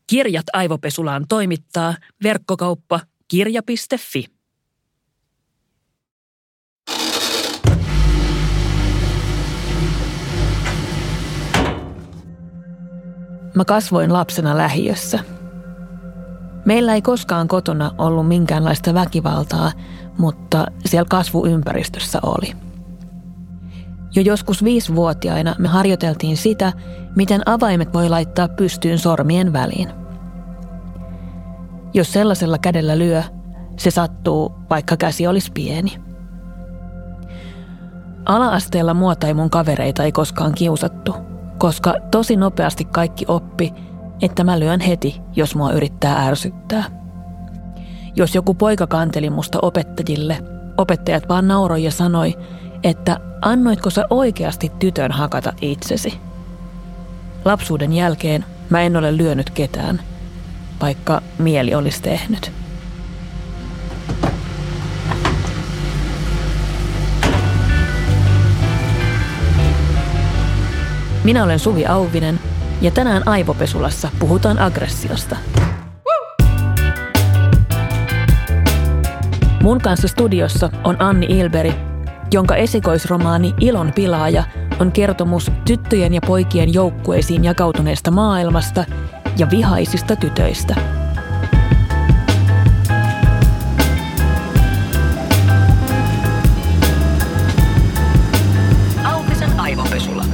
Kirjat aivopesulaan toimittaa verkkokauppa kirja.fi. Mä kasvoin lapsena lähiössä. Meillä ei koskaan kotona ollut minkäänlaista väkivaltaa, mutta siellä kasvuympäristössä oli. Jo joskus 5-vuotiaina me harjoiteltiin sitä, miten avaimet voi laittaa pystyyn sormien väliin. Jos sellaisella kädellä lyö, se sattuu, vaikka käsi olisi pieni. Ala-asteella mua tai mun kavereita ei koskaan kiusattu, koska tosi nopeasti kaikki oppi, että mä lyön heti, jos mua yrittää ärsyttää. Jos joku poika kanteli musta opettajille, opettajat vaan nauroi ja sanoi, että annoitko sä oikeasti tytön hakata itsesi? Lapsuuden jälkeen mä en ole lyönyt ketään, vaikka mieli olisi tehnyt. Minä olen Suvi Auvinen ja tänään Aivopesulassa puhutaan aggressiosta. Mun kanssa studiossa on Anni Ilberi, jonka esikoisromaani Ilon pilaaja on kertomus tyttöjen ja poikien joukkueisiin jakautuneesta maailmasta ja vihaisista tytöistä. Auvisen aivopesula.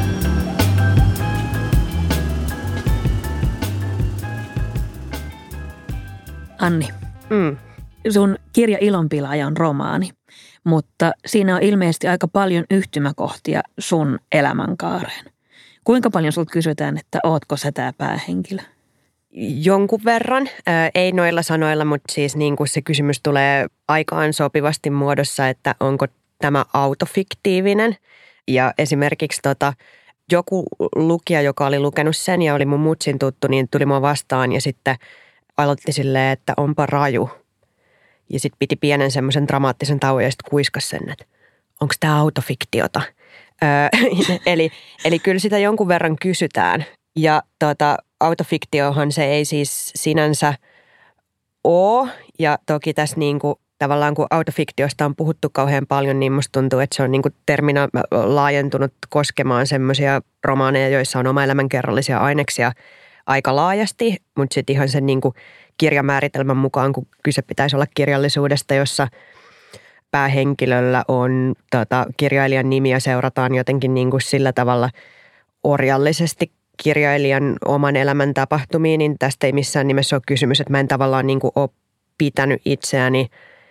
Anni, sun kirja Ilonpilaaja on romaani, mutta siinä on ilmeisesti aika paljon yhtymäkohtia sun elämänkaareen. Kuinka paljon sulta kysytään, että ootko sä tää päähenkilö? Jonkun verran, ei noilla sanoilla, mutta siis niin kuin se kysymys tulee aikaan sopivasti muodossa, että onko tämä autofiktiivinen. Ja esimerkiksi joku lukija, joka oli lukenut sen ja oli mun mutsin tuttu, niin tuli mua vastaan ja sitten aloitti silleen, että onpa raju. Ja sitten piti pienen semmoisen dramaattisen tauon ja sitten kuiskasi sen, että onko tämä autofiktiota. Eli kyllä sitä jonkun verran kysytään. Ja autofiktiohan se ei siis sinänsä ole. Ja toki tässä niinku, tavallaan kun autofiktiosta on puhuttu kauhean paljon, niin musta tuntuu, että se on niinku terminä laajentunut koskemaan semmoisia romaaneja, joissa on oma elämänkerrallisia aineksia aika laajasti. Mutta sitten ihan sen niinku kirjamääritelmän mukaan, kun kyse pitäisi olla kirjallisuudesta, jossa päähenkilöllä on kirjailijan nimi ja seurataan jotenkin niin kuin sillä tavalla orjallisesti kirjailijan oman elämän tapahtumiin, niin tästä ei missään nimessä ole kysymys, että mä en tavallaan niin kuin ole pitänyt itseäni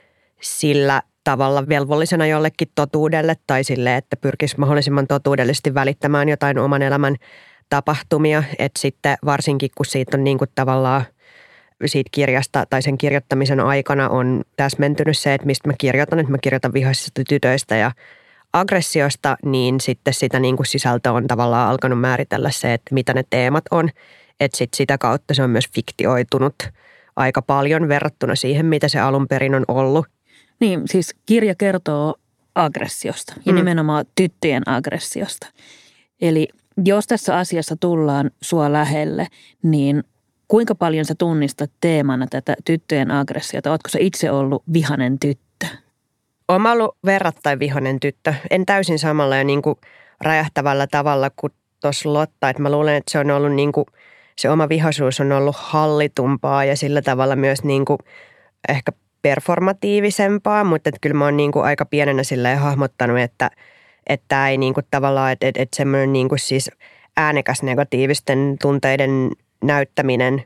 sillä tavalla velvollisena jollekin totuudelle tai sille, että pyrkisi mahdollisimman totuudellisesti välittämään jotain oman elämän tapahtumia, että sitten varsinkin kun siitä on niin kuin tavallaan siitä kirjasta tai sen kirjoittamisen aikana on täsmentynyt se, että mistä mä kirjoitan vihaisista tytöistä ja aggressiosta, niin sitten sitä niin kuin sisältö on tavallaan alkanut määritellä se, että mitä ne teemat on. Että sitten sitä kautta se on myös fiktioitunut aika paljon verrattuna siihen, mitä se alun perin on ollut. Niin, siis kirja kertoo aggressiosta ja nimenomaan tyttöjen aggressiosta. Eli jos tässä asiassa tullaan sua lähelle, niin kuinka paljon sä tunnistat teemana tätä tyttöjen aggressiota? Ootko sä itse ollut vihainen tyttö? Olen ollut verrattain vihainen tyttö. En täysin samalla ja niin kuin räjähtävällä tavalla kuin tuossa Lotta. Että mä luulen, että se on ollut niin kuin, se oma vihaisuus on ollut hallitumpaa ja sillä tavalla myös niin kuin ehkä performatiivisempaa. Mutta että kyllä mä oon niin kuin aika pienenä silleen hahmottanut, että ei niin kuin tavallaan, että semmoinen niin kuin siis äänekäs negatiivisten tunteiden näyttäminen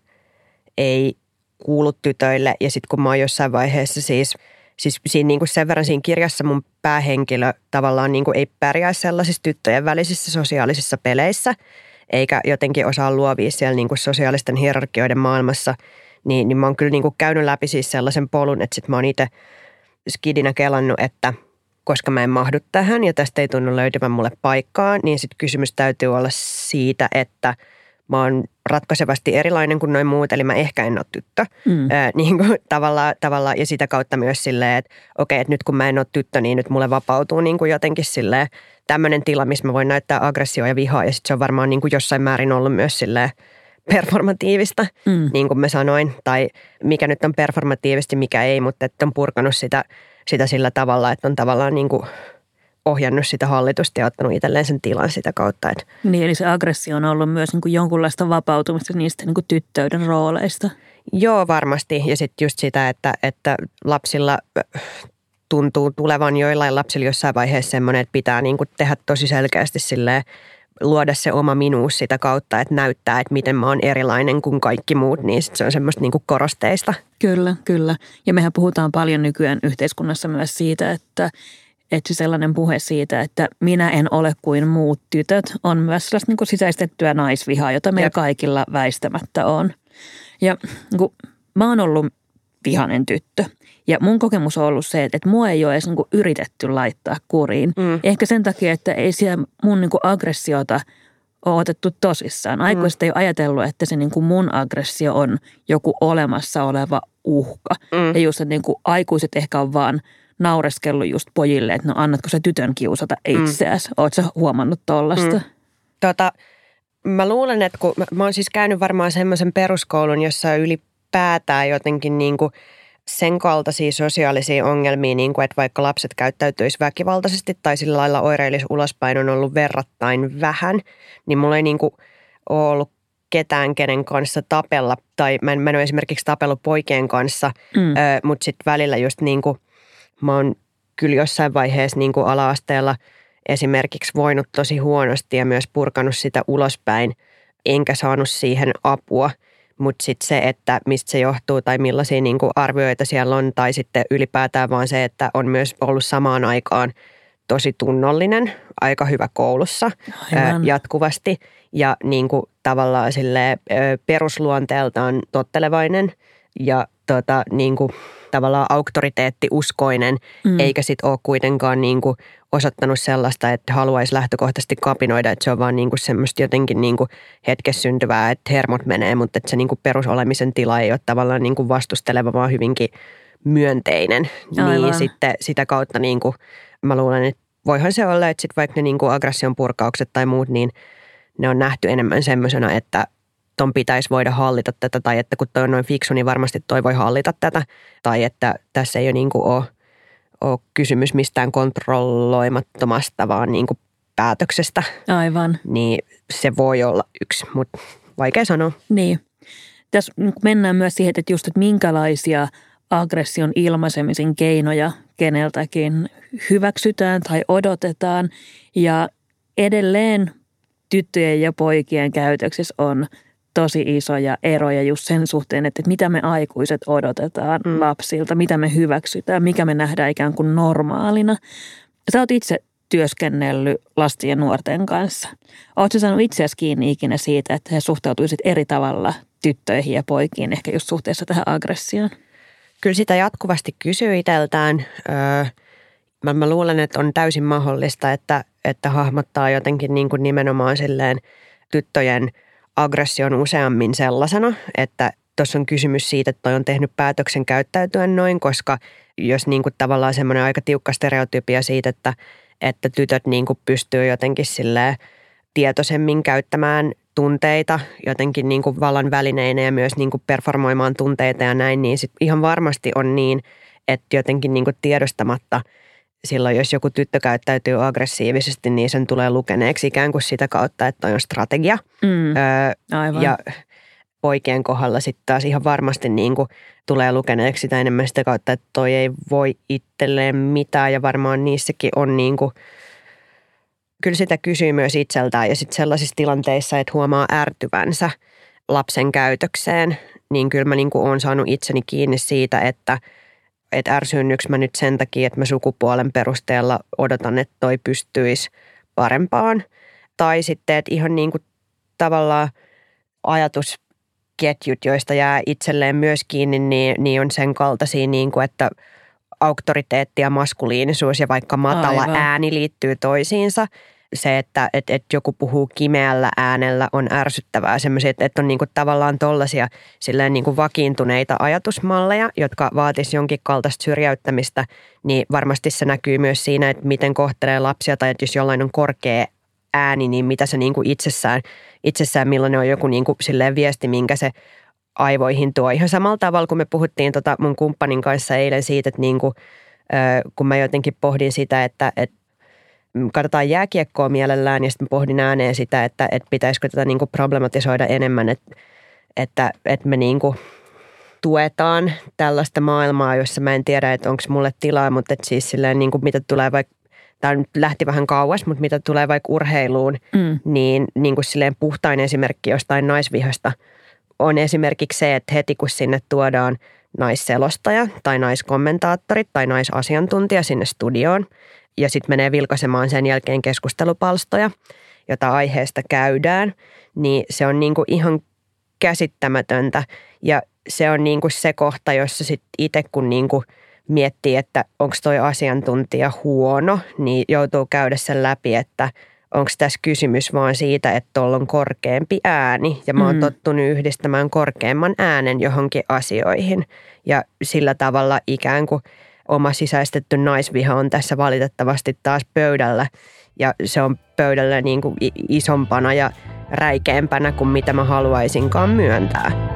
ei kuulu tytöille. Ja sitten kun mä oon jossain vaiheessa siis siinä niin kuin sen verran siinä kirjassa mun päähenkilö tavallaan niin kuin ei pärjää sellaisissa tyttöjen välisissä sosiaalisissa peleissä, eikä jotenkin osaa luovia siellä niin kuin sosiaalisten hierarkioiden maailmassa, niin mä oon kyllä niin kuin käynyt läpi siis sellaisen polun, että sit mä oon itse skidinä kelannut, että koska mä en mahdu tähän ja tästä ei tunnu löytyvän mulle paikkaa, niin sitten kysymys täytyy olla siitä, että mä oon ratkaisevasti erilainen kuin noin muut, eli mä ehkä en ole tyttö. Niin kuin tavallaan, ja sitä kautta myös silleen, että okei, että nyt kun mä en ole tyttö, niin nyt mulle vapautuu niin kuin jotenkin silleen tämmöinen tila, missä mä voin näyttää aggressioa ja vihaa, ja sitten se on varmaan niin kuin jossain määrin ollut myös silleen performatiivista, niin kuin mä sanoin, tai mikä nyt on performatiivisesti, mikä ei, mutta että on purkanut sitä sillä tavalla, että on tavallaan niin kuin ohjannut sitä hallitusta ja ottanut itselleen sen tilan sitä kautta. Että. Niin, eli se aggressio on ollut myös niin kuin jonkunlaista vapautumista niistä niin kuin tyttöyden rooleista. Joo, varmasti. Ja sitten just sitä, että lapsilla tuntuu tulevan joillain lapsilla jossain vaiheessa semmoinen, että pitää niin kuin tehdä tosi selkeästi silleen, luoda se oma minuus sitä kautta, että näyttää, että miten mä oon erilainen kuin kaikki muut, niin sit se on semmoista niin kuin korosteista. Kyllä, kyllä. Ja mehän puhutaan paljon nykyään yhteiskunnassa myös siitä, että se sellainen puhe siitä, että minä en ole kuin muut tytöt, on myös sellaista niin kuin sisäistettyä naisvihaa, jota meillä kaikilla väistämättä on. Ja niin kuin, mä oon ollut vihainen tyttö. Ja mun kokemus on ollut se, että mua ei ole edes niin kuin yritetty laittaa kuriin. Ehkä sen takia, että ei siellä mun niin kuin aggressiota ole otettu tosissaan. Aikuiset ei ole ajatellut, että se niin kuin mun aggressio on joku olemassa oleva uhka. Ja just, että niin kuin aikuiset ehkä on vaan naureskellut just pojille, että no annatko sä tytön kiusata itseäsi? Ootko sä huomannut tollasta? Mä luulen, että kun mä oon siis käynyt varmaan semmoisen peruskoulun, jossa ylipäätään jotenkin niin kuin sen kaltaisia sosiaalisia ongelmia, niin kuin, että vaikka lapset käyttäytyisi väkivaltaisesti tai sillä lailla oireilisi ulospäin on ollut verrattain vähän, niin mulla ei niin kuin ole ollut ketään, kenen kanssa tapella. Tai mä en ole esimerkiksi tapellut poikien kanssa, mutta sitten välillä just niin kuin mä oon kyllä jossain vaiheessa niin kuin ala-asteella esimerkiksi voinut tosi huonosti ja myös purkanut sitä ulospäin, enkä saanut siihen apua. Mutta sitten se, että mistä se johtuu tai millaisia niin kuin arvioita siellä on tai sitten ylipäätään vaan se, että on myös ollut samaan aikaan tosi tunnollinen, aika hyvä koulussa jatkuvasti ja niin kuin tavallaan perusluonteeltaan tottelevainen ja niin kuin tavallaan auktoriteettiuskoinen, eikä sitten ole kuitenkaan niin kuin osoittanut sellaista, että haluaisi lähtökohtaisesti kapinoida, että se on vaan niin kuin semmoista jotenkin niin kuin hetkessä syntyvää, että hermot menee, mutta että se niin kuin perusolemisen tila ei ole tavallaan niin kuin vastusteleva, vaan hyvinkin myönteinen. Aivan. Niin sitten sitä kautta niin kuin mä luulen, että voihan se olla, että sitten vaikka ne niin kuin aggression purkaukset tai muut, niin ne on nähty enemmän semmoisena, että ton pitäisi voida hallita tätä, tai että kun toi on noin fiksu, niin varmasti toi voi hallita tätä, tai että tässä ei ole, niin kuin ole kysymys mistään kontrolloimattomasta, vaan niin kuin päätöksestä. Aivan. Niin se voi olla yksi, mutta vaikea sanoa. Niin. Tässä mennään myös siihen, että just, että minkälaisia aggression ilmaisemisen keinoja keneltäkin hyväksytään tai odotetaan, ja edelleen tyttöjen ja poikien käytöksissä on tosi isoja eroja just sen suhteen, että mitä me aikuiset odotetaan lapsilta, mitä me hyväksytään, mikä me nähdään ikään kuin normaalina. Sä oot itse työskennellyt lasten ja nuorten kanssa. Ootko saanut itseäsi kiinni ikinä siitä, että he suhtautuisit eri tavalla tyttöihin ja poikiin, ehkä just suhteessa tähän aggressioon? Kyllä sitä jatkuvasti kysyy itseltään. Mä luulen, että on täysin mahdollista, että hahmottaa jotenkin niin kuin nimenomaan silleen tyttöjen aggression useammin sellaisena, että tuossa on kysymys siitä, että toi on tehnyt päätöksen käyttäytyä noin, koska jos niin kuin tavallaan semmoinen aika tiukka stereotypia siitä, että tytöt niin kuin pystyy jotenkin silleen tietoisemmin käyttämään tunteita jotenkin niin kuin vallan välineinä ja myös niin kuin performoimaan tunteita ja näin, niin sit ihan varmasti on niin, että jotenkin niin kuin tiedostamatta silloin, jos joku tyttö käyttäytyy aggressiivisesti, niin sen tulee lukeneeksi ikään kuin sitä kautta, että toi on strategia. Aivan. Ja poikien kohdalla sitten taas ihan varmasti niin kuin tulee lukeneeksi sitä enemmän sitä kautta, että toi ei voi itselleen mitään ja varmaan niissäkin on niin kuin, kyllä sitä kysyy myös itseltään ja sitten sellaisissa tilanteissa, että huomaa ärtyvänsä lapsen käytökseen, niin kyllä mä niin kuin olen saanut itseni kiinni siitä, että ärsyynnyks mä nyt sen takia, että mä sukupuolen perusteella odotan, että toi pystyisi parempaan. Tai sitten, että ihan niin kuin tavallaan ajatusketjut, joista jää itselleen myös kiinni, niin on sen kaltaisia, niin kuin, että auktoriteetti ja maskuliinisuus ja vaikka matala ääni liittyy toisiinsa. Se, että joku puhuu kimeällä äänellä on ärsyttävää. Sellaisia, että on niinku tavallaan tollaisia silleen niinku vakiintuneita ajatusmalleja, jotka vaatisi jonkin kaltaista syrjäyttämistä, niin varmasti se näkyy myös siinä, että miten kohtelee lapsia tai että jos jollain on korkea ääni, niin mitä se niin kuin itsessään millainen on joku niin kuin silleen viesti, minkä se aivoihin tuo. Ihan samalla tavalla, kun me puhuttiin mun kumppanin kanssa eilen siitä, että niin kuin, kun mä jotenkin pohdin sitä, että katsotaan jääkiekkoa mielellään ja sitten pohdin ääneen sitä, että pitäisikö tätä niin kuin problematisoida enemmän, että me niin kuin tuetaan tällaista maailmaa, jossa mä en tiedä, että onko mulle tilaa, mutta että siis silleen niin kuin mitä tulee vaikka, tämä nyt lähti vähän kauas, mutta mitä tulee vaikka urheiluun, niin kuin silleen puhtain esimerkki jostain naisvihasta on esimerkiksi se, että heti kun sinne tuodaan naisselostaja tai naiskommentaattorit tai naisasiantuntija sinne studioon ja sitten menee vilkaisemaan sen jälkeen keskustelupalstoja, jota aiheesta käydään, niin se on niin kuin ihan käsittämätöntä ja se on niin kuin se kohta, jossa sitten itse kun niin kuin miettii, että onko toi asiantuntija huono, niin joutuu käydä sen läpi, että onko tässä kysymys vaan siitä, että tuolla on korkeampi ääni ja mä oon tottunut yhdistämään korkeamman äänen johonkin asioihin ja sillä tavalla ikään kuin oma sisäistetty naisviha on tässä valitettavasti taas pöydällä ja se on pöydällä niin kuin isompana ja räikeämpänä kuin mitä mä haluaisinkaan myöntää.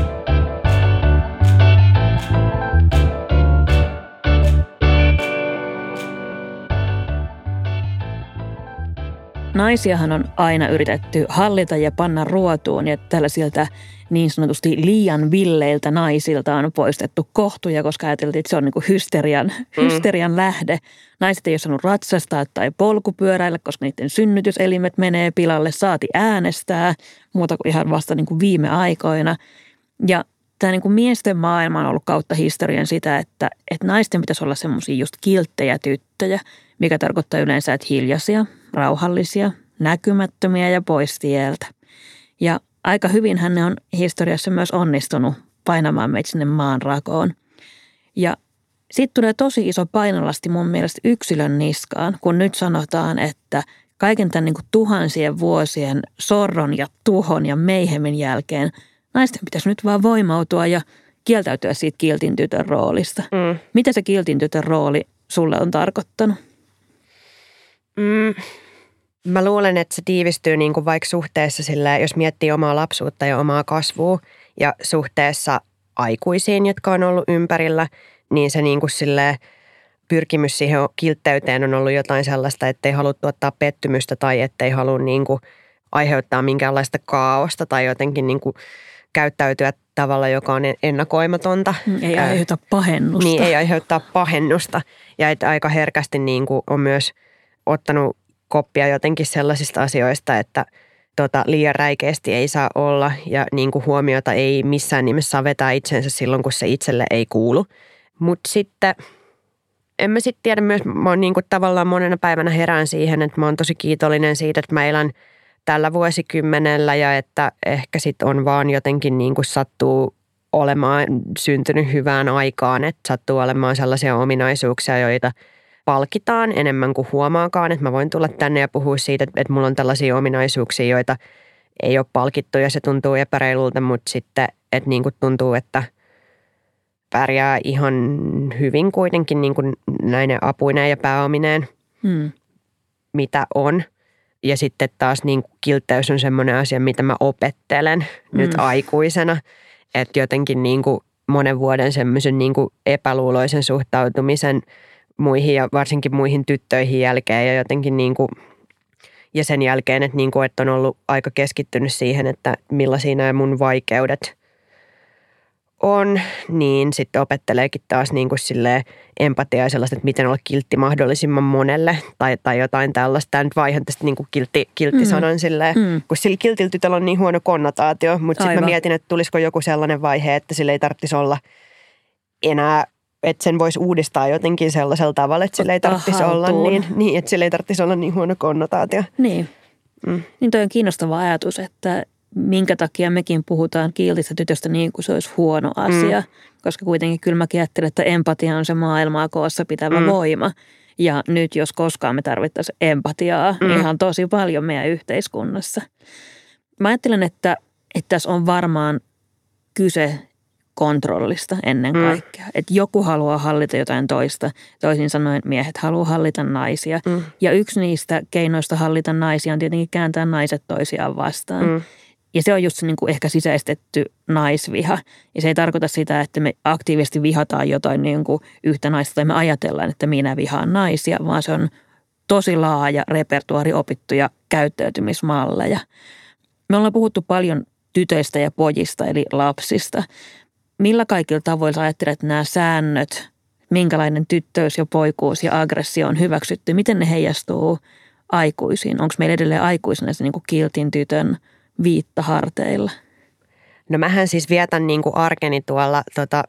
Naisiahan on aina yritetty hallita ja panna ruotuun ja tällaisilta niin sanotusti liian villeiltä naisilta on poistettu kohtuja, koska ajateltiin, että se on niin kuin hysterian lähde. Naiset ei ole saanut ratsastaa tai polkupyöräillä, koska niiden synnytyselimet menee pilalle, saati äänestää, muuta kuin ihan vasta niin kuin viime aikoina. Ja tämä niin kuin miesten maailma on ollut kautta historian sitä, että naisten pitäisi olla semmoisia just kilttejä tyttöjä, mikä tarkoittaa yleensä, että hiljaisia, rauhallisia, näkymättömiä ja pois tieltä. Ja aika hyvinhän ne on historiassa myös onnistunut painamaan meitä sinne maan rakoon. Ja sitten tulee tosi iso painolasti mun mielestä yksilön niskaan, kun nyt sanotaan, että kaiken tämän niin kuin tuhansien vuosien sorron ja tuhon ja meihemin jälkeen naisten pitäisi nyt vaan voimautua ja kieltäytyä siitä kiltin tytön roolista. Mitä se kiltin tytön rooli sulle on tarkoittanut? Mä luulen, että se tiivistyy niin kuin vaikka suhteessa silleen, jos miettii omaa lapsuutta ja omaa kasvua ja suhteessa aikuisiin, jotka on ollut ympärillä, niin se niin kuin silleen pyrkimys siihen kiltteyteen on ollut jotain sellaista, ettei halua tuottaa pettymystä tai ettei halua niin kuin aiheuttaa minkäänlaista kaaosta tai jotenkin niin kuin käyttäytyä tavalla, joka on ennakoimatonta. Ei aiheuta pahennusta. Niin, ei aiheuttaa pahennusta. Ja että aika herkästi niin kuin on myös ottanut koppia jotenkin sellaisista asioista, että liian räikeästi ei saa olla ja niin kuin huomiota ei missään nimessä saa vetää itsensä silloin, kun se itselle ei kuulu. Mutta sitten en mä sitten tiedä myös, mä oon niin kuin tavallaan monena päivänä herään siihen, että mä oon tosi kiitollinen siitä, että mä elän tällä vuosikymmenellä ja että ehkä sitten on vaan jotenkin niin kuin sattuu olemaan syntynyt hyvään aikaan, että sattuu olemaan sellaisia ominaisuuksia, joita palkitaan enemmän kuin huomaakaan, että mä voin tulla tänne ja puhua siitä, että mulla on tällaisia ominaisuuksia, joita ei ole palkittu ja se tuntuu epäreilulta, mutta sitten että niin kuin tuntuu, että pärjää ihan hyvin kuitenkin niin kuin näine apuineen ja pääomineen, mitä on. Ja sitten taas niin kiltteys on semmoinen asia, mitä mä opettelen nyt aikuisena, että jotenkin niin kuin monen vuoden semmoisen niin kuin epäluuloisen suhtautumisen muihin ja varsinkin muihin tyttöihin jälkeen ja jotenkin niin kuin, ja sen jälkeen, että, niin kuin, että on ollut aika keskittynyt siihen, että millaisia nämä mun vaikeudet on, niin sitten opetteleekin taas niin kuin silleen empatiaa ja sellaista, että miten olla kiltti mahdollisimman monelle tai jotain tällaista. Tämä nyt vaihan tästä niin kuin kiltti-sanan silleen, kun sillä kiltillä tytöllä on niin huono konnotaatio, mutta sitten mä mietin, että tulisiko joku sellainen vaihe, että sillä ei tarvitsisi olla enää, että sen voisi uudistaa jotenkin sellaisella tavalla, että sillä ei tarvitsisi olla niin, että sillä ei tarvitsisi olla niin huono konnotaatio. Niin. Niin toi on kiinnostava ajatus, että minkä takia mekin puhutaan kiltistä tytöstä niin kuin se olisi huono asia, koska kuitenkin kyllä mäkin ajattelen, että empatia on se maailmaa koossa pitävä voima. Ja nyt jos koskaan me tarvittaisiin empatiaa ihan tosi paljon meidän yhteiskunnassa. Mä ajattelen, että tässä on varmaan kyse kontrollista ennen kaikkea. Että joku haluaa hallita jotain toista. Toisin sanoen miehet haluaa hallita naisia. Ja yksi niistä keinoista hallita naisia on tietenkin kääntää naiset toisiaan vastaan. Ja se on just se niin kuin ehkä sisäistetty naisviha. Ja se ei tarkoita sitä, että me aktiivisesti vihataan jotain niin kuin yhtä naista tai me ajatellaan, että minä vihaan naisia, vaan se on tosi laaja repertuaari opittuja käyttäytymismalleja. Me ollaan puhuttu paljon tytöistä ja pojista eli lapsista. Millä kaikilla tavoilla sä ajattelet, että nämä säännöt, minkälainen tyttöys ja poikuus ja aggressio on hyväksytty, miten ne heijastuu aikuisiin? Onko meillä edelleen aikuisena se niin kuin kiltin tytön viitta harteilla? No mähän siis vietän niin kuin arkeni tuolla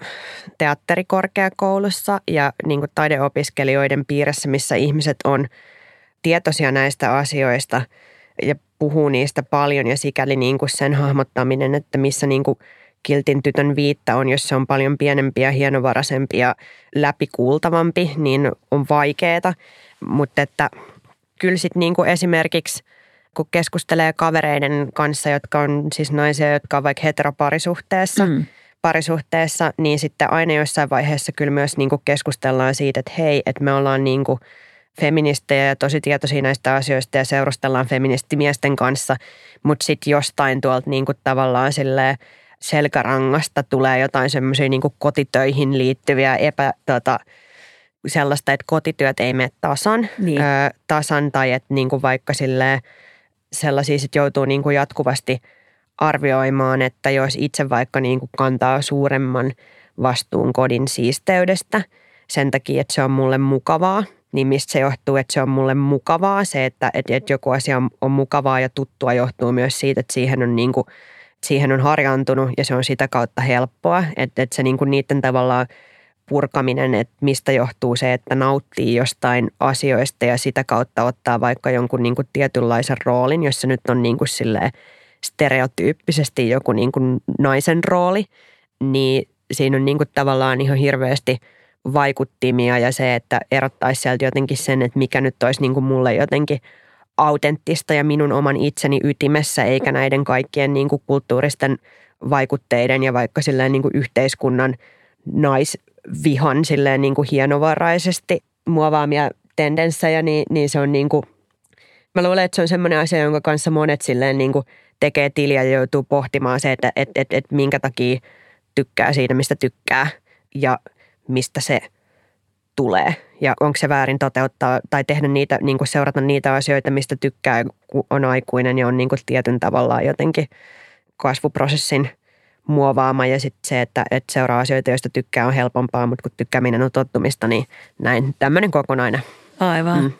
teatterikorkeakoulussa ja niin kuin taideopiskelijoiden piirissä, missä ihmiset on tietoisia näistä asioista ja puhuu niistä paljon ja sikäli niin kuin sen hahmottaminen, että missä niin kuin kiltin tytön viitta on, jos se on paljon pienempi ja hienovaraisempi ja läpikuultavampi, niin on vaikeaa. Mutta että kyllä sitten niin kuin esimerkiksi kun keskustelee kavereiden kanssa, jotka on siis naisia, jotka on vaikka parisuhteessa, niin sitten aina jossain vaiheessa kyllä myös niin kuin keskustellaan siitä, että hei, että me ollaan niin kuin feministejä ja tosi tietoisia näistä asioista ja seurustellaan feministimiesten kanssa, mutta sitten jostain tuolta niin kuin tavallaan silleen selkärangasta tulee jotain semmoisia niin kuin kotitöihin liittyviä sellaista, että kotityöt ei mene tasan tai että niin kuin vaikka silleen sellaisia sit joutuu niin kuin jatkuvasti arvioimaan, että jos itse vaikka niin kuin kantaa suuremman vastuun kodin siisteydestä sen takia, että se on mulle mukavaa, niin mistä se johtuu, että se on mulle mukavaa. Se, että joku asia on mukavaa ja tuttua johtuu myös siitä, että siihen on harjaantunut ja se on sitä kautta helppoa. Että se niin kuin niiden tavallaan purkaminen, että mistä johtuu se, että nauttii jostain asioista ja sitä kautta ottaa vaikka jonkun niin kuin tietynlaisen roolin, jossa nyt on niin kuin silleen stereotyyppisesti joku niin kuin naisen rooli, niin siinä on niin kuin tavallaan ihan hirveästi vaikuttimia ja se, että erottaisi sieltä jotenkin sen, että mikä nyt olisi niin kuin mulle jotenkin autenttista ja minun oman itseni ytimessä, eikä näiden kaikkien niin kuin kulttuuristen vaikutteiden ja vaikka silleen niin kuin yhteiskunnan naisvihan silleen niin kuin hienovaraisesti muovaamia tendenssejä, niin se on niin kuin, mä luulen, että se on semmoinen asia, jonka kanssa monet silleen niin kuin tekee tiliä ja joutuu pohtimaan se, että minkä takia tykkää siitä, mistä tykkää ja mistä se tulee. Ja onko se väärin toteuttaa tai tehdä niitä, niin kuin seurata niitä asioita, mistä tykkää, kun on aikuinen ja on niin kuin tietyn tavallaan jotenkin kasvuprosessin muovaama. Ja sitten se, että seuraa asioita, joista tykkää on helpompaa, mutta kun tykkääminen on tottumista, niin näin tämmöinen kokonainen. Aivan.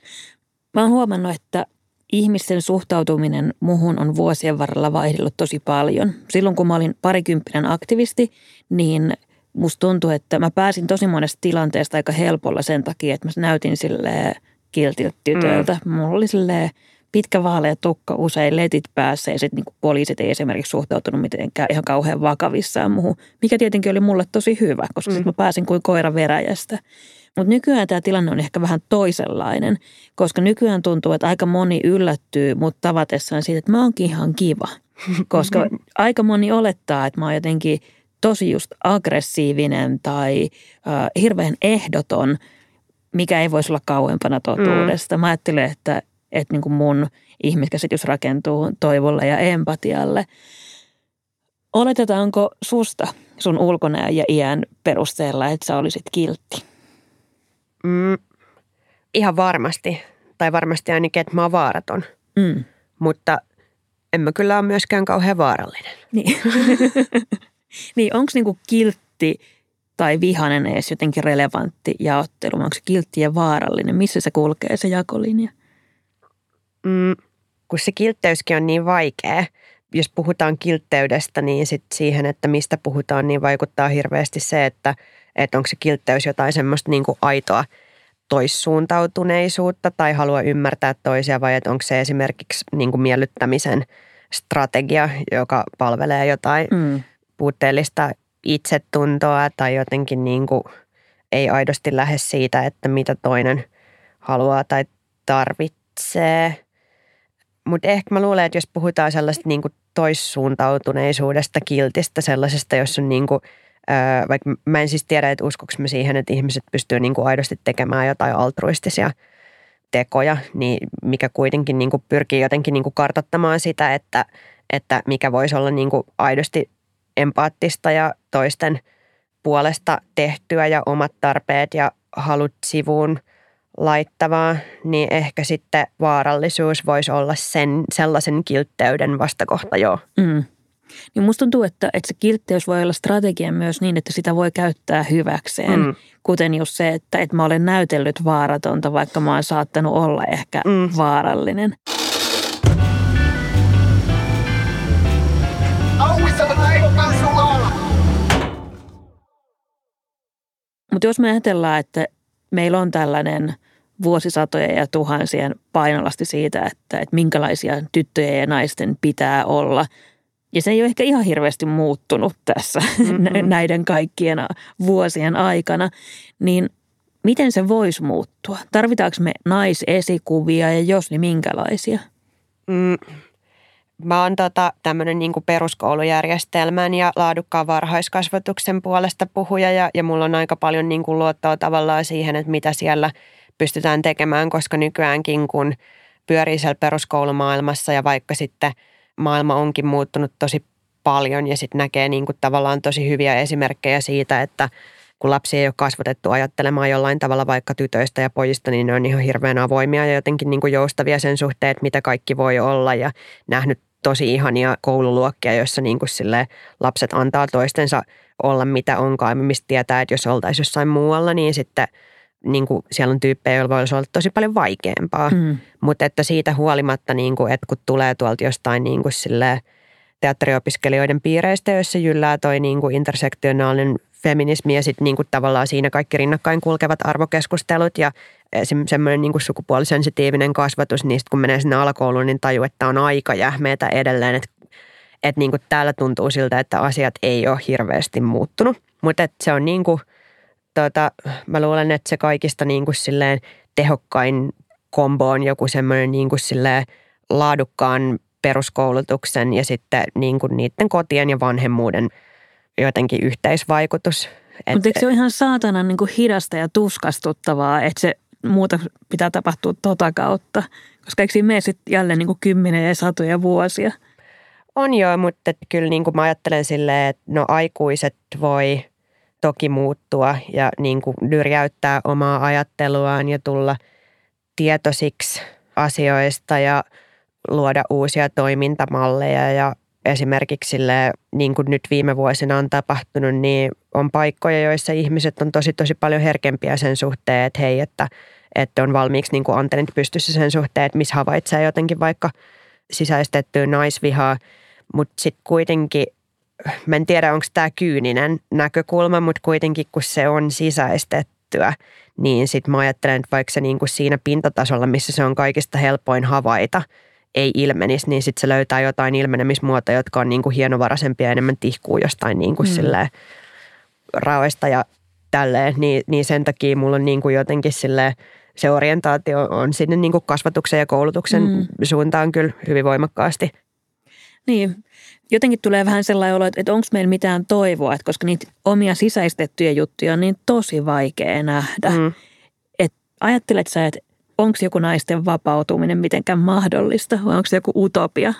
Mä oon huomannut, että ihmisten suhtautuminen muhun on vuosien varrella vaihdellut tosi paljon. Silloin kun mä olin parikymppinen aktivisti, niin musta tuntui, että mä pääsin tosi monesta tilanteesta aika helpolla sen takia, että mä näytin silleen kiltiltä tytöltä. Mulla oli silleen pitkä vaalea tukka, usein letit päässä ja sitten niin poliisit ei esimerkiksi suhtautunut mitenkään ihan kauhean vakavissaan muuhun, mikä tietenkin oli mulle tosi hyvä, koska sitten mä pääsin kuin koira veräjästä. Mutta nykyään tämä tilanne on ehkä vähän toisenlainen, koska nykyään tuntuu, että aika moni yllättyy mut tavatessaan siitä, että mä oonkin ihan kiva. Koska aika moni olettaa, että mä oon jotenkin tosi just aggressiivinen tai hirveän ehdoton, mikä ei voisi olla kauempana totuudesta. Mä ajattelen, että niin kuin mun ihmiskäsitys rakentuu toivolle ja empatialle. Oletetaanko susta sun ulkonäön ja iän perusteella, että sä olisit kiltti? Ihan varmasti. Tai varmasti ainakin, että mä oon vaaraton. Mutta en mä kyllä ole myöskään kauhean vaarallinen. Niin, niin onko niinku kiltti tai vihainen edes jotenkin relevantti jaottelu? Onko se kiltti ja vaarallinen? Missä se kulkee se jakolinja? Kun se kiltteyskin on niin vaikea. Jos puhutaan kiltteydestä, niin sit siihen, että mistä puhutaan, niin vaikuttaa hirveästi se, että onko se kiltteys jotain semmoista niin kuin aitoa toissuuntautuneisuutta tai halua ymmärtää toisia vai että onko se esimerkiksi niin kuin miellyttämisen strategia, joka palvelee jotain puutteellista itsetuntoa tai jotenkin niin kuin ei aidosti lähde siitä, että mitä toinen haluaa tai tarvitsee. Mutta ehkä mä luulen, että jos puhutaan sellaista niin kuin toissuuntautuneisuudesta, kiltistä, sellaisesta, jos on niin kuin, vaikka mä en siis tiedä, että uskoks mä siihen, että ihmiset pystyy niin kuin aidosti tekemään jotain altruistisia tekoja, niin mikä kuitenkin niin kuin pyrkii jotenkin niin kuin kartoittamaan sitä, että mikä voisi olla niin kuin aidosti empaattista ja toisten puolesta tehtyä ja omat tarpeet ja halut sivuun laittavaa, niin ehkä sitten vaarallisuus voisi olla sellaisen kiltteyden vastakohta, joo. Niin musta tuntuu, että se kiltteys voi olla strategia myös niin, että sitä voi käyttää hyväkseen. Kuten just se, että mä olen näytellyt vaaratonta, vaikka mä oon saattanut olla ehkä vaarallinen. Mutta jos me ajatellaan, että meillä on tällainen vuosisatojen ja tuhansien painolasti siitä, että minkälaisia tyttöjen ja naisten pitää olla. Ja se ei ole ehkä ihan hirveästi muuttunut tässä näiden kaikkien vuosien aikana. Niin miten se voisi muuttua? Tarvitaanko me naisesikuvia ja jos, niin minkälaisia? Mä oon tämmöinen niin kuin peruskoulujärjestelmän ja laadukkaan varhaiskasvatuksen puolesta puhuja ja mulla on aika paljon niin kuin luottoa tavallaan siihen, että mitä siellä pystytään tekemään, koska nykyäänkin kun pyörii siellä peruskoulumaailmassa ja vaikka sitten maailma onkin muuttunut tosi paljon ja sitten näkee niin kuin tavallaan tosi hyviä esimerkkejä siitä, että kun lapsia ei ole kasvatettu ajattelemaan jollain tavalla vaikka tytöistä ja pojista, niin ne on ihan hirveän avoimia ja jotenkin niin kuin joustavia sen suhteen, että mitä kaikki voi olla ja nähnyt tosi ihania koululuokkia, joissa niin kuin lapset antaa toistensa olla mitä onkaan, mistä tietää, että jos oltaisiin jossain muualla, niin sitten niin kuin siellä on tyyppejä, joilla voisi olla tosi paljon vaikeampaa. Mutta että siitä huolimatta, niin kuin, että kun tulee tuolta jostain niin kuin teatteriopiskelijoiden piireistä, joissa jyllää toi niin kuin intersektionaalinen feminismi ja sitten niin kuin tavallaan siinä kaikki rinnakkain kulkevat arvokeskustelut ja semmoinen niin kuin sukupuolisensitiivinen kasvatus, niistä kun menee sinne alakouluun, niin tajuu, että on aika jähmeetä edelleen, että niin kuin täällä tuntuu siltä, että asiat ei ole hirveästi muuttunut. Mutta se on niin kuin, mä luulen, että se kaikista niin kuin silleen tehokkain kombo on joku semmoinen niin kuin silleen laadukkaan peruskoulutuksen ja sitten niin kuin niiden kotien ja vanhemmuuden jotenkin yhteisvaikutus. Mutta eikö se ole ihan saatanan niin kuin hidasta ja tuskastuttavaa, että se muuta pitää tapahtua kautta? Koska eikö siinä mene sitten jälleen niin kuin kymmeniä ja satoja vuosia? On joo, mutta kyllä niin kuin mä ajattelen silleen, että no aikuiset voi toki muuttua ja niin kuin nyrjäyttää omaa ajatteluaan ja tulla tietoisiksi asioista ja luoda uusia toimintamalleja ja esimerkiksi sille, niin kuin nyt viime vuosina on tapahtunut, niin on paikkoja, joissa ihmiset on tosi paljon herkempiä sen suhteen, että hei, että on valmiiksi niin kuin antennit pystyssä sen suhteen, että missä havaitsee jotenkin vaikka sisäistettyä naisvihaa, mutta sitten kuitenkin, mä en tiedä onko tämä kyyninen näkökulma, mutta kuitenkin kun se on sisäistettyä, niin sitten mä ajattelen, että vaikka se niin kuin siinä pintatasolla, missä se on kaikista helpoin havaita, ei ilmenisi, niin sitten se löytää jotain ilmenemismuotoja, jotka on niin kuin hienovaraisempia ja enemmän tihkuu jostain niin kuin silleen raoista ja tälleen. Niin sen takia mulla on niin kuin jotenkin silleen, se orientaatio on sinne niin kuin kasvatuksen ja koulutuksen suuntaan kyllä hyvin voimakkaasti. Niin, jotenkin tulee vähän sellainen olo, että onko meillä mitään toivoa, että koska niitä omia sisäistettyjä juttuja on niin tosi vaikea nähdä. Että ajattelet sä, että onko joku naisten vapautuminen mitenkään mahdollista vai onko se joku utopia?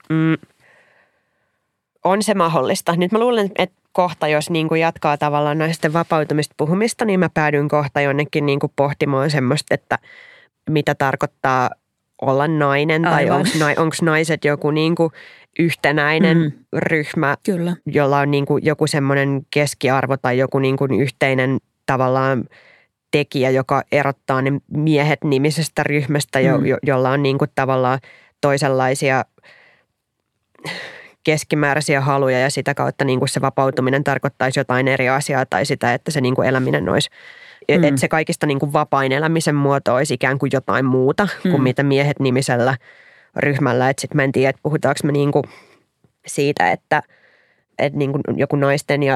On se mahdollista. Nyt mä luulen, että kohta, jos niin kuin jatkaa tavallaan naisten vapautumista puhumista, niin mä päädyn kohta jonnekin niin kuin pohtimaan semmoista, että mitä tarkoittaa olla nainen. Aivan. Tai onko naiset joku niin kuin yhtenäinen ryhmä, kyllä, jolla on niin kuin joku semmoinen keskiarvo tai joku niin kuin yhteinen tavallaan tekijä, joka erottaa ne miehet nimisestä ryhmästä, jolla on niin kuin tavallaan toisenlaisia keskimääräisiä haluja ja sitä kautta niin kuin se vapautuminen tarkoittaisi jotain eri asiaa tai sitä, että se niin kuin eläminen olisi, että se kaikista niin kuin vapain elämisen muoto olisi ikään kuin jotain muuta kuin mitä miehet nimisellä ryhmällä. Että sitten mä en tiedä, että puhutaanko me niin kuin siitä, että niin kuin joku naisten ja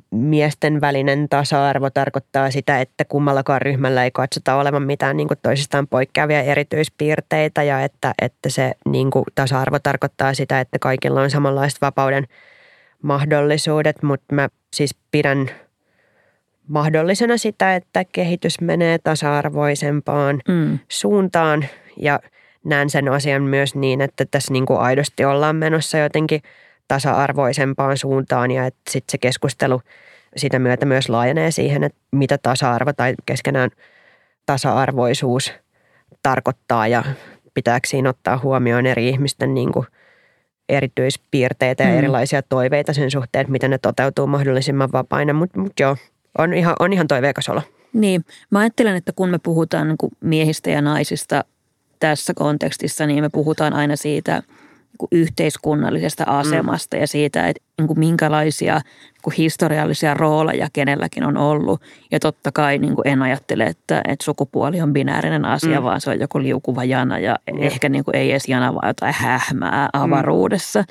miesten välinen tasa-arvo tarkoittaa sitä, että kummallakaan ryhmällä ei katsota olevan mitään niin kuin toisistaan poikkeavia erityispiirteitä ja että se niin kuin tasa-arvo tarkoittaa sitä, että kaikilla on samanlaiset vapauden mahdollisuudet, mutta mä siis pidän mahdollisena sitä, että kehitys menee tasa-arvoisempaan suuntaan ja näen sen asian myös niin, että tässä niin kuin aidosti ollaan menossa jotenkin tasa-arvoisempaan suuntaan ja että sitten se keskustelu sitä myötä myös laajenee siihen, että mitä tasa-arvo tai keskenään tasa-arvoisuus tarkoittaa ja pitääkö siinä ottaa huomioon eri ihmisten niin kuin erityispiirteitä ja erilaisia toiveita sen suhteen, että miten ne toteutuu mahdollisimman vapaina, mutta joo, on ihan toiveikas olo. Niin, mä ajattelen, että kun me puhutaan niin kuin miehistä ja naisista tässä kontekstissa, niin me puhutaan aina siitä yhteiskunnallisesta asemasta ja siitä, että minkälaisia historiallisia rooleja kenelläkin on ollut. Ja totta kai en ajattele, että sukupuoli on binäärinen asia, vaan se on joku liukuva jana ja ehkä ei edes jana, vaan jotain hähmää avaruudessa.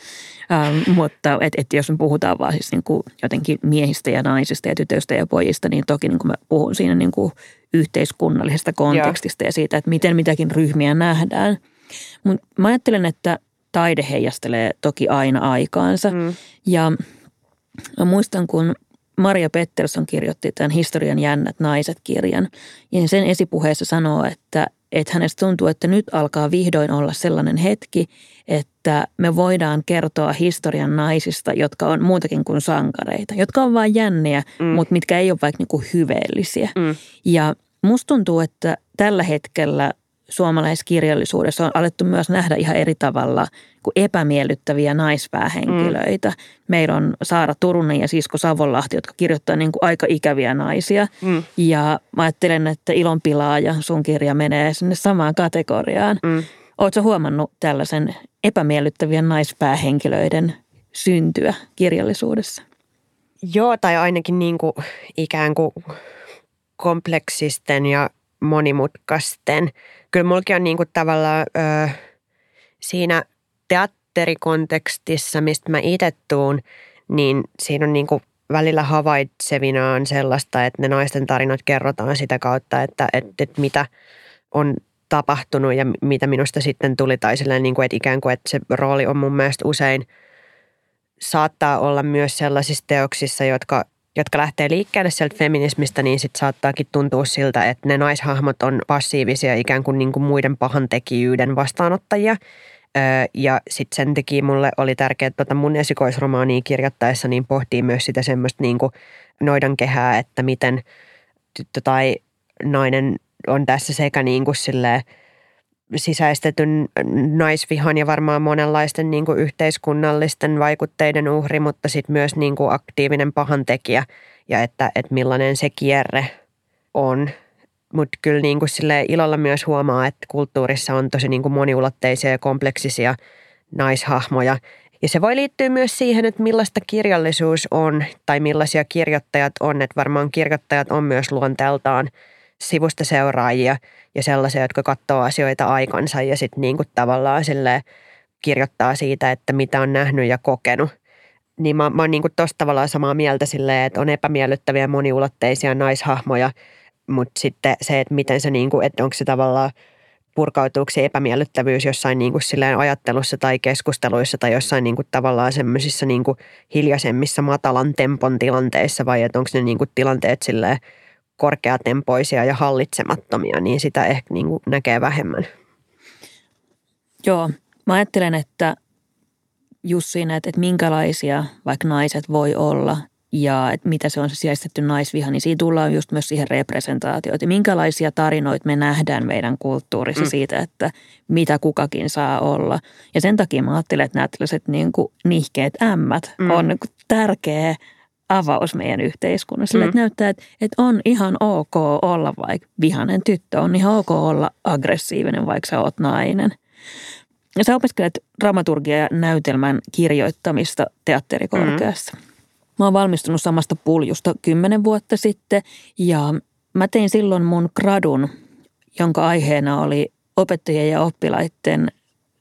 Mutta jos me puhutaan vaan siis jotenkin miehistä ja naisista ja tytöistä ja pojista, niin toki mä puhun siinä yhteiskunnallisesta kontekstista ja siitä, että miten mitäkin ryhmiä nähdään. Mutta mä ajattelen, että taide heijastelee toki aina aikaansa. Ja mä muistan, kun Maria Pettersson kirjoitti tämän Historian jännät naiset-kirjan. Ja sen esipuheessa sanoo, että hänestä tuntuu, että nyt alkaa vihdoin olla sellainen hetki, että me voidaan kertoa historian naisista, jotka on muutakin kuin sankareita. Jotka on vain jänniä, mutta mitkä ei ole vaikka hyveellisiä. Ja musta tuntuu, että tällä hetkellä suomalaiskirjallisuudessa on alettu myös nähdä ihan eri tavalla kuin epämiellyttäviä naispäähenkilöitä. Meillä on Saara Turunen ja Sisko Savonlahti, jotka kirjoittaa aika ikäviä naisia. Ja mä ajattelen, että Ilonpilaaja, sun kirja menee sinne samaan kategoriaan. Ootko huomannut tällaisen epämiellyttävien naispäähenkilöiden syntyä kirjallisuudessa? Joo, tai ainakin ikään kuin kompleksisten ja monimutkaisten. Kyllä mullakin on tavallaan siinä teatterikontekstissa, mistä mä itse tuun, niin siinä on välillä havaitsevinaan sellaista, että ne naisten tarinat kerrotaan sitä kautta, että mitä on tapahtunut ja mitä minusta sitten tuli. Tai silleen, että ikään kuin että se rooli on mun mielestä usein saattaa olla myös sellaisissa teoksissa, jotka lähtee liikkeelle sieltä feminismistä, niin sitten saattaakin tuntua siltä, että ne naishahmot on passiivisia ikään kuin, muiden pahantekijyyden vastaanottajia. Ja sitten sen takia mulle oli tärkeää, että mun esikoisromaania kirjoittaessa niin pohtii myös sitä semmoista noidankehää, että miten tyttö tai nainen on tässä sekä sisäistetyn naisvihan ja varmaan monenlaisten yhteiskunnallisten vaikutteiden uhri, mutta sitten myös aktiivinen pahantekijä ja että millainen se kierre on. Mutta kyllä ilolla myös huomaa, että kulttuurissa on tosi moniulotteisia ja kompleksisia naishahmoja. Ja se voi liittyä myös siihen, että millaista kirjallisuus on tai millaisia kirjoittajat on. Että varmaan kirjoittajat on myös luonteeltaan sivusta seuraajia ja sellaisia, jotka katsoo asioita aikansa ja sitten tavallaan kirjoittaa siitä, että mitä on nähnyt ja kokenut. Niin mä oon tosta tavallaan samaa mieltä silleen, että on epämiellyttäviä moniulotteisia naishahmoja, mutta sitten se, että miten se että onko se tavallaan purkautuuko se epämiellyttävyys jossain silleen ajattelussa tai keskusteluissa tai jossain tavallaan semmoisissa hiljaisemmissa matalan tempon tilanteissa vai että onko ne tilanteet silleen korkeatempoisia ja hallitsemattomia, niin sitä ehkä näkee vähemmän. Joo, mä ajattelen, että just siinä, että minkälaisia vaikka naiset voi olla ja että mitä se on se sijaistettu naisviha, niin siinä tullaan just myös siihen representaatioon, että minkälaisia tarinoita me nähdään meidän kulttuurissa siitä, että mitä kukakin saa olla. Ja sen takia mä ajattelen, että nämä tällaiset nihkeät ämmät on tärkeä avaus meidän yhteiskunnassa. Että näyttää, että on ihan ok olla vaikka vihainen tyttö, on ihan ok olla aggressiivinen, vaikka sä oot nainen. Ja sä opiskelet dramaturgia ja näytelmän kirjoittamista teatterikorkeassa. Mä oon valmistunut samasta puljusta 10 vuotta sitten ja mä tein silloin mun gradun, jonka aiheena oli opettajien ja oppilaiden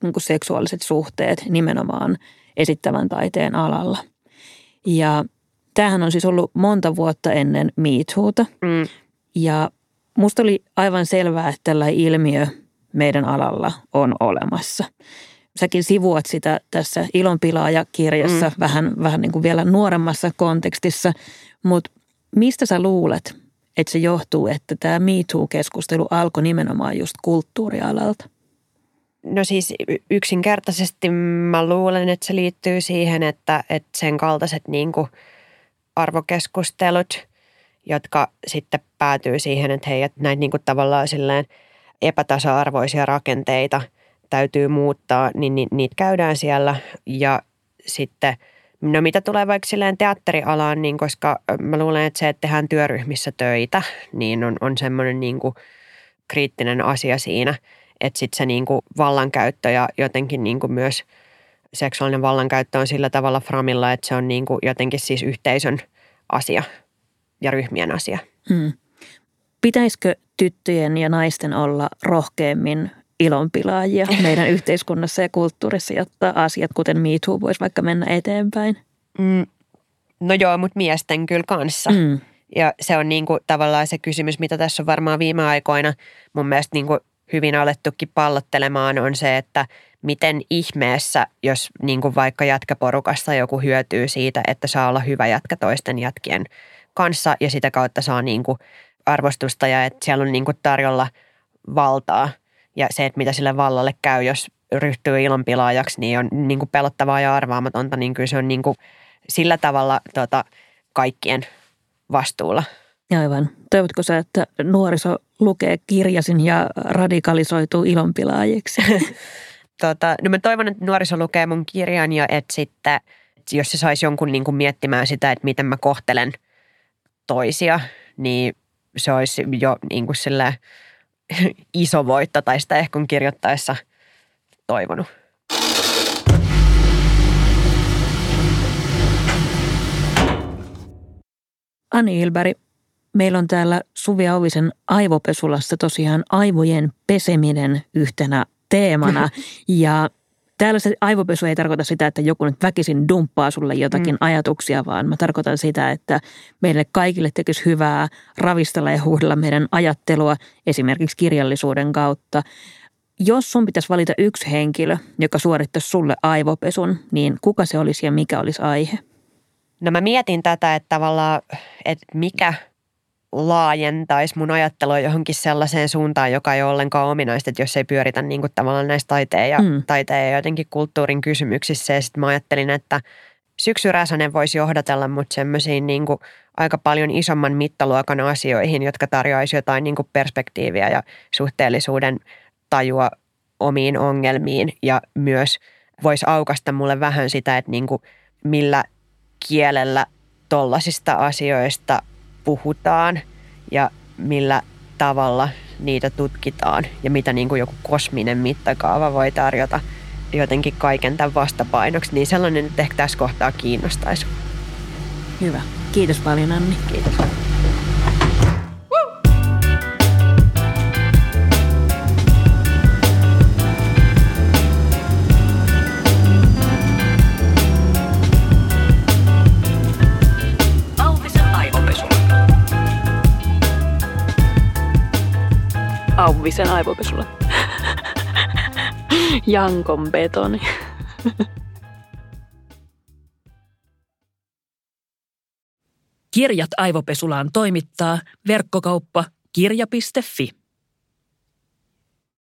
seksuaaliset suhteet nimenomaan esittävän taiteen alalla. Ja Tämähän on siis ollut monta vuotta ennen Me Toota. Ja musta oli aivan selvää, että tällainen ilmiö meidän alalla on olemassa. Säkin sivuat sitä tässä Ilonpilaaja-kirjassa vähän niin kuin vielä nuoremmassa kontekstissa, mutta mistä sä luulet, että se johtuu, että tämä Me Too-keskustelu alkoi nimenomaan just kulttuurialalta? No siis yksinkertaisesti mä luulen, että se liittyy siihen, että sen kaltaiset niin kuin arvokeskustelut, jotka sitten päätyy siihen, että hei, että näitä niin kuin tavallaan silleen epätasa-arvoisia rakenteita täytyy muuttaa, niin niitä käydään siellä. Ja sitten, no mitä tulee vaikka silleen teatterialaan, niin koska mä luulen, että se, että tehdään työryhmissä töitä, niin on semmoinen niin kuin kriittinen asia siinä, että sitten se niin kuin vallankäyttö ja jotenkin niin kuin myös seksuaalinen vallankäyttö on sillä tavalla framilla, että se on niin kuin jotenkin siis yhteisön asia ja ryhmien asia. Pitäisikö tyttöjen ja naisten olla rohkeammin ilonpilaajia meidän yhteiskunnassa ja kulttuurissa, jotta asiat kuten Me Too voisi vaikka mennä eteenpäin? No joo, mutta miesten kyllä kanssa. Ja se on niin kuin tavallaan se kysymys, mitä tässä on varmaan viime aikoina mun mielestä niin kuin hyvin alettukin pallottelemaan, on se, että miten ihmeessä, jos niin kuin vaikka jätkäporukasta joku hyötyy siitä, että saa olla hyvä jätkä toisten jätkien kanssa ja sitä kautta saa niin kuin arvostusta ja että siellä on niin kuin tarjolla valtaa. Ja se, että mitä sille vallalle käy, jos ryhtyy ilonpilaajaksi, niin on niin kuin pelottavaa ja arvaamatonta, niin kyllä se on niin kuin sillä tavalla kaikkien vastuulla. Aivan. Toivotko sä, että nuoriso lukee kirjasin ja radikalisoituu ilonpilaajiksi? No mä toivon, että nuoriso lukee mun kirjan ja että sitten, jos se saisi jonkun niin kuin miettimään sitä, että miten mä kohtelen toisia, niin se olisi jo niin kuin silleen iso voitto tai sitä ehkä kirjoittaessa toivonut. Anni Ilberg, meillä on täällä Suvi Auvisen aivopesulassa tosiaan aivojen peseminen yhtenä teemana. Ja täällä se aivopesu ei tarkoita sitä, että joku nyt väkisin dumppaa sulle jotakin ajatuksia, vaan mä tarkoitan sitä, että meille kaikille tekisi hyvää ravistella ja huudella meidän ajattelua esimerkiksi kirjallisuuden kautta. Jos sun pitäisi valita yksi henkilö, joka suorittaisi sulle aivopesun, niin kuka se olisi ja mikä olisi aihe? No mä mietin tätä, että tavallaan, että mikä laajentaisi mun ajattelua johonkin sellaiseen suuntaan, joka ei ole ollenkaan ominaista, että jos ei pyöritä niin kuin tavallaan näistä taiteen ja jotenkin kulttuurin kysymyksissä. Ja sitten mä ajattelin, että Syksy Räsänen voisi johdatella mut semmoisiin niin kuin aika paljon isomman mittaluokan asioihin, jotka tarjoaisi jotain niin kuin perspektiiviä ja suhteellisuuden tajua omiin ongelmiin. Ja myös voisi aukaista mulle vähän sitä, että niin kuin millä kielellä tollasista asioista puhutaan ja millä tavalla niitä tutkitaan ja mitä niin kuin joku kosminen mittakaava voi tarjota jotenkin kaiken tämän vastapainoksi, niin sellainen nyt ehkä tässä kohtaa kiinnostaisi. Hyvä. Kiitos paljon, Anni. Kiitos. Auvisen aivopesulla. Jankon betoni. Kirjat aivopesulaan toimittaa verkkokauppa kirja.fi.